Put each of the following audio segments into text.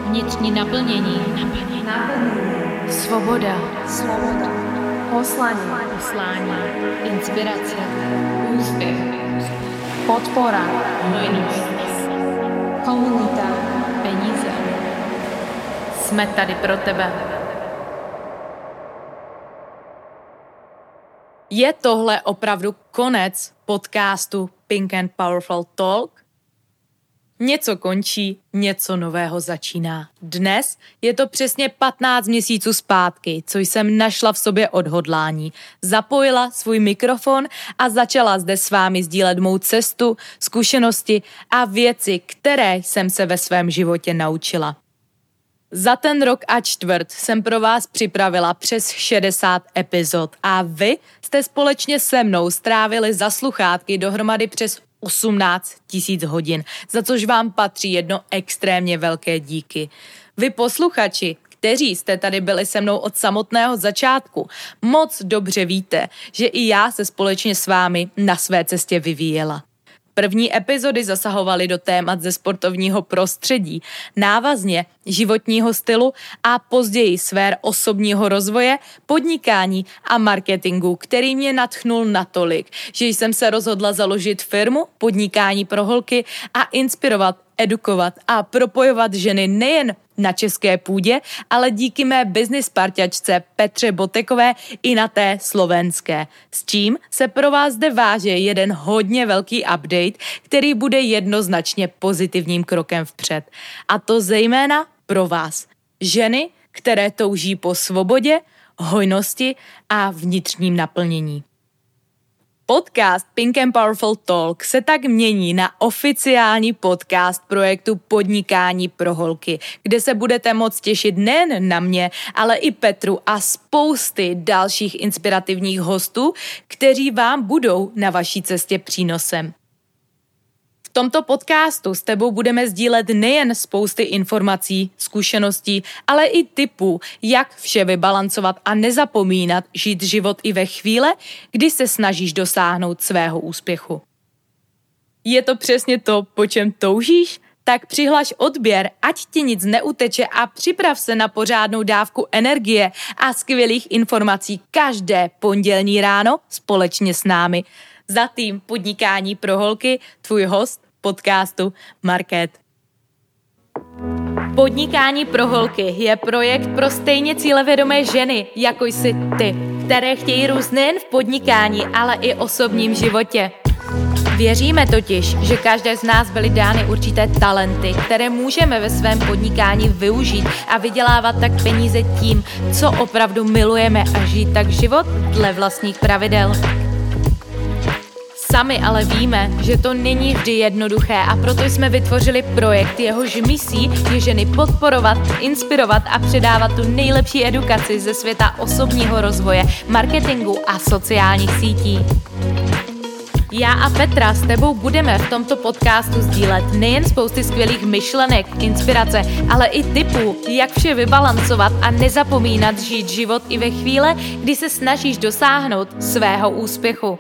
Vnitřní naplnění. Svoboda. Poslání. Inspirace. Úspěch. Podpora. Hojnost. Komunita. Peníze. Jsme tady pro tebe. Je tohle opravdu konec podcastu Pink and Powerful Talk? Něco končí, něco nového začíná. Dnes je to přesně 15 měsíců zpátky, co jsem našla v sobě odhodlání. Zapojila svůj mikrofon a začala zde s vámi sdílet mou cestu, zkušenosti a věci, které jsem se ve svém životě naučila. Za ten rok a čtvrt jsem pro vás připravila přes 60 epizod a vy jste společně se mnou strávili za sluchátky dohromady přes 18 000 hodin, za což vám patří jedno extrémně velké díky. Vy posluchači, kteří jste tady byli se mnou od samotného začátku, moc dobře víte, že i já se společně s vámi na své cestě vyvíjela. První epizody zasahovaly do témat ze sportovního prostředí, návazně životního stylu a později sfér osobního rozvoje, podnikání a marketingu, který mě nadchnul natolik, že jsem se rozhodla založit firmu Podnikání pro holky a inspirovat, edukovat a propojovat ženy nejen na české půdě, ale díky mé business parťačce Petře Botekové i na té slovenské. S čím se pro vás zde váže jeden hodně velký update, který bude jednoznačně pozitivním krokem vpřed. A to zejména pro vás, ženy, které touží po svobodě, hojnosti a vnitřním naplnění. Podcast Pink and Powerful Talk se tak mění na oficiální podcast projektu Podnikání pro holky, kde se budete moct těšit nejen na mě, ale i Petru a spousty dalších inspirativních hostů, kteří vám budou na vaší cestě přínosem. V tomto podcastu s tebou budeme sdílet nejen spousty informací, zkušeností, ale i tipů, jak vše vybalancovat a nezapomínat žít život i ve chvíli, kdy se snažíš dosáhnout svého úspěchu. Je to přesně to, po čem toužíš? Tak přihlaš odběr, ať ti nic neuteče a připrav se na pořádnou dávku energie a skvělých informací každé pondělní ráno společně s námi. Za tým Podnikání pro holky, tvůj host podcastu Market. Podnikání pro holky je projekt pro stejně cílevědomé ženy, jako jsi ty, které chtějí růst nejen v podnikání, ale i osobním životě. Věříme totiž, že každé z nás byly dány určité talenty, které můžeme ve svém podnikání využít a vydělávat tak peníze tím, co opravdu milujeme a žít tak život dle vlastních pravidel. Sami ale víme, že to není vždy jednoduché a proto jsme vytvořili projekt, jehož misí je ženy podporovat, inspirovat a předávat tu nejlepší edukaci ze světa osobního rozvoje, marketingu a sociálních sítí. Já a Petra s tebou budeme v tomto podcastu sdílet nejen spousty skvělých myšlenek, inspirace, ale i tipů, jak vše vybalancovat a nezapomínat žít život i ve chvíli, kdy se snažíš dosáhnout svého úspěchu.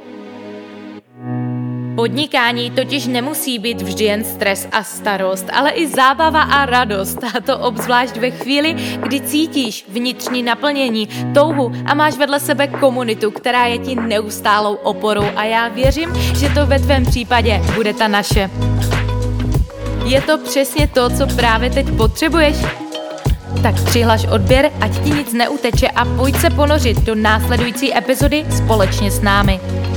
Podnikání totiž nemusí být vždy jen stres a starost, ale i zábava a radost, a to obzvlášť ve chvíli, kdy cítíš vnitřní naplnění, touhu a máš vedle sebe komunitu, která je ti neustálou oporou a já věřím, že to ve tvém případě bude ta naše. Je to přesně to, co právě teď potřebuješ? Tak přihlaš odběr, ať ti nic neuteče a pojď se ponořit do následující epizody společně s námi.